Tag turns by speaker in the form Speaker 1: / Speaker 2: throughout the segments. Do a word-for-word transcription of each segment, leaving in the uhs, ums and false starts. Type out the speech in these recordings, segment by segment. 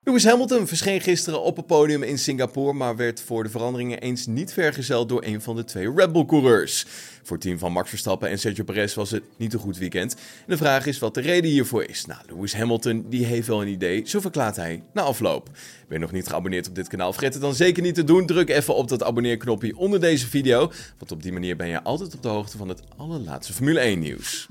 Speaker 1: Lewis Hamilton verscheen gisteren op het podium in Singapore, maar werd voor de veranderingen eens niet vergezeld door een van de twee Red Bull-coureurs. Voor het team van Max Verstappen en Sergio Perez was het niet een goed weekend. En de vraag is wat de reden hiervoor is. Nou, Lewis Hamilton die heeft wel een idee, zo verklaart hij na afloop. Ben je nog niet geabonneerd op dit kanaal? Vergeet het dan zeker niet te doen. Druk even op dat abonneerknopje onder deze video, want op die manier ben je altijd op de hoogte van het allerlaatste Formule één nieuws.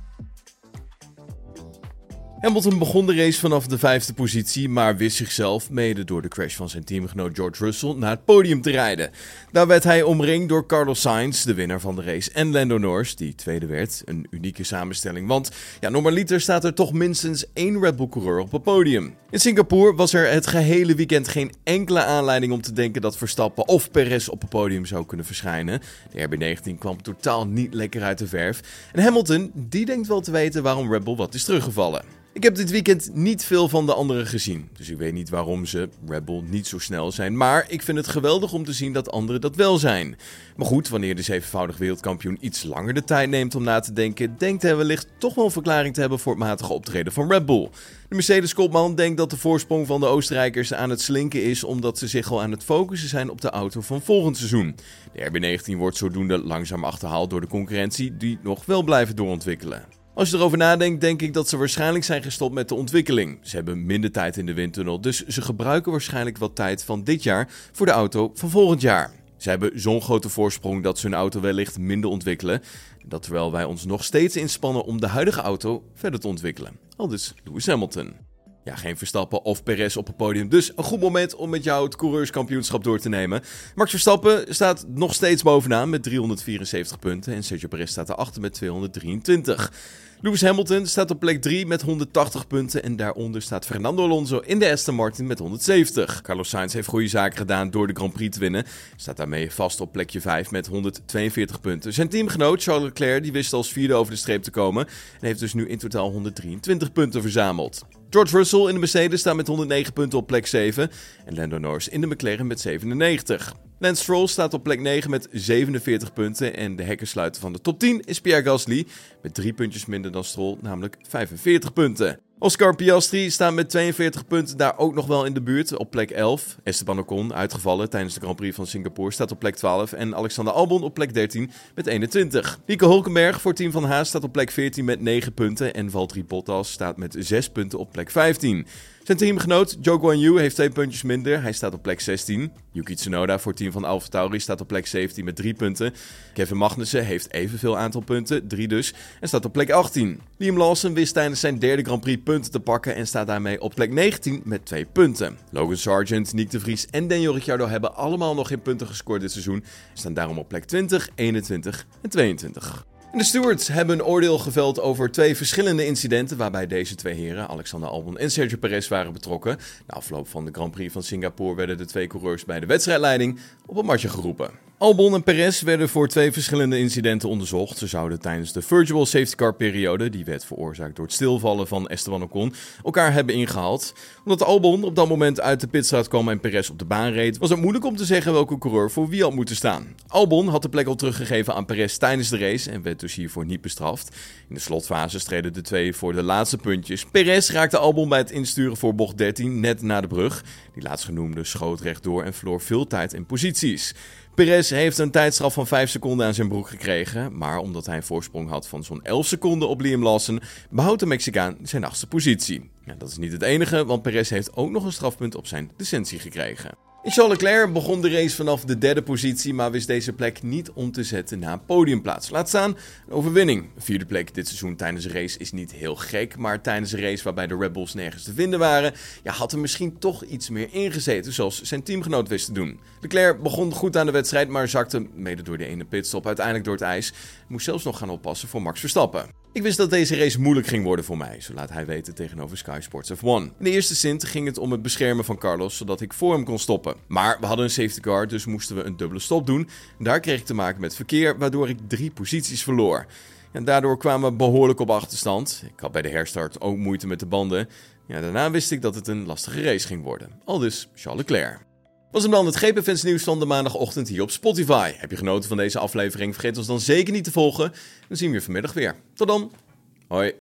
Speaker 1: Hamilton begon de race vanaf de vijfde positie, maar wist zichzelf, mede door de crash van zijn teamgenoot George Russell, naar het podium te rijden. Daar werd hij omringd door Carlos Sainz, de winnaar van de race, en Lando Norris, die tweede werd. Een unieke samenstelling, want ja, normaliter staat er toch minstens één Red Bull-coureur op het podium. In Singapore was er het gehele weekend geen enkele aanleiding om te denken dat Verstappen of Perez op het podium zou kunnen verschijnen. De R B negentien kwam totaal niet lekker uit de verf. En Hamilton, die denkt wel te weten waarom Red Bull wat is teruggevallen. Ik heb dit weekend niet veel van de anderen gezien, dus ik weet niet waarom ze, Red Bull, niet zo snel zijn. Maar ik vind het geweldig om te zien dat anderen dat wel zijn. Maar goed, wanneer de zevenvoudig wereldkampioen iets langer de tijd neemt om na te denken, denkt hij wellicht toch wel een verklaring te hebben voor het matige optreden van Red Bull. De Mercedes-kopman denkt dat de voorsprong van de Oostenrijkers aan het slinken is omdat ze zich al aan het focussen zijn op de auto van volgend seizoen. De R B negentien wordt zodoende langzaam achterhaald door de concurrentie die nog wel blijven doorontwikkelen. Als je erover nadenkt, denk ik dat ze waarschijnlijk zijn gestopt met de ontwikkeling. Ze hebben minder tijd in de windtunnel, dus ze gebruiken waarschijnlijk wat tijd van dit jaar voor de auto van volgend jaar. Ze hebben zo'n grote voorsprong dat ze hun auto wellicht minder ontwikkelen. Dat terwijl wij ons nog steeds inspannen om de huidige auto verder te ontwikkelen. Aldus Lewis Hamilton. Ja, geen Verstappen of Perez op het podium, dus een goed moment om met jou het coureurskampioenschap door te nemen. Max Verstappen staat nog steeds bovenaan met driehonderdvierenzeventig punten en Sergio Perez staat erachter met tweehonderddrieëntwintig. Lewis Hamilton staat op plek drie met honderdtachtig punten en daaronder staat Fernando Alonso in de Aston Martin met honderdzeventig. Carlos Sainz heeft goede zaken gedaan door de Grand Prix te winnen. Staat daarmee vast op plekje vijf met honderdtweeënveertig punten. Zijn teamgenoot Charles Leclerc die wist als vierde over de streep te komen en heeft dus nu in totaal honderddrieëntwintig punten verzameld. George Russell in de Mercedes staat met honderdnegen punten op plek zeven en Lando Norris in de McLaren met zevenennegentig. Lance Stroll staat op plek negen met zevenenveertig punten en de hekkensluiter van de top tien is Pierre Gasly met drie puntjes minder dan Stroll, namelijk vijfenveertig punten. Oscar Piastri staat met tweeënveertig punten daar ook nog wel in de buurt op plek elf. Esteban Ocon, uitgevallen tijdens de Grand Prix van Singapore, staat op plek twaalf en Alexander Albon op plek dertien met eenentwintig. Nico Hulkenberg voor het team van Haas staat op plek veertien met negen punten en Valtteri Bottas staat met zes punten op plek vijftien. Zijn teamgenoot Zhou Guanyu heeft twee puntjes minder, hij staat op plek zestien. Yuki Tsunoda voor het team van AlphaTauri staat op plek zeventien met drie punten. Kevin Magnussen heeft evenveel aantal punten, drie dus, en staat op plek achttien. Liam Lawson wist tijdens zijn derde Grand Prix punten te pakken en staat daarmee op plek negentien met twee punten. Logan Sargent, Nyck de Vries en Daniel Ricciardo hebben allemaal nog geen punten gescoord dit seizoen en staan daarom op plek twintig, eenentwintig en tweeëntwintig. En de stewards hebben een oordeel geveld over twee verschillende incidenten waarbij deze twee heren, Alexander Albon en Sergio Perez, waren betrokken. Na afloop van de Grand Prix van Singapore werden de twee coureurs bij de wedstrijdleiding op een matje geroepen. Albon en Perez werden voor twee verschillende incidenten onderzocht. Ze zouden tijdens de virtual safety car periode, die werd veroorzaakt door het stilvallen van Esteban Ocon, elkaar hebben ingehaald. Omdat Albon op dat moment uit de pitstraat kwam en Perez op de baan reed, was het moeilijk om te zeggen welke coureur voor wie had moeten staan. Albon had de plek al teruggegeven aan Perez tijdens de race en werd dus hiervoor niet bestraft. In de slotfase streden de twee voor de laatste puntjes. Perez raakte Albon bij het insturen voor bocht dertien net na de brug. Die laatstgenoemde schoot rechtdoor en verloor veel tijd in posities. Perez heeft een tijdstraf van vijf seconden aan zijn broek gekregen, maar omdat hij een voorsprong had van zo'n elf seconden op Liam Lawson, behoudt de Mexicaan zijn achtste positie. Ja, dat is niet het enige, want Perez heeft ook nog een strafpunt op zijn licentie gekregen. Charles Leclerc begon de race vanaf de derde positie, maar wist deze plek niet om te zetten naar een podiumplaats. Laat staan een overwinning. Een vierde plek dit seizoen tijdens een race is niet heel gek, maar tijdens een race waarbij de Red Bulls nergens te vinden waren, ja, had er misschien toch iets meer ingezeten, zoals zijn teamgenoot wist te doen. Leclerc begon goed aan de wedstrijd, maar zakte, mede door de ene pitstop, uiteindelijk door het ijs. Moest zelfs nog gaan oppassen voor Max Verstappen. Ik wist dat deze race moeilijk ging worden voor mij, zo laat hij weten tegenover Sky Sports F één. In de eerste stint ging het om het beschermen van Carlos, zodat ik voor hem kon stoppen. Maar we hadden een safety car, dus moesten we een dubbele stop doen. Daar kreeg ik te maken met verkeer, waardoor ik drie posities verloor. En daardoor kwamen we behoorlijk op achterstand. Ik had bij de herstart ook moeite met de banden. Ja, daarna wist ik dat het een lastige race ging worden. Aldus Charles Leclerc. Was hem dan het G P Fans nieuws van de maandagochtend hier op Spotify. Heb je genoten van deze aflevering? Vergeet ons dan zeker niet te volgen. Dan zien we je vanmiddag weer. Tot dan. Hoi.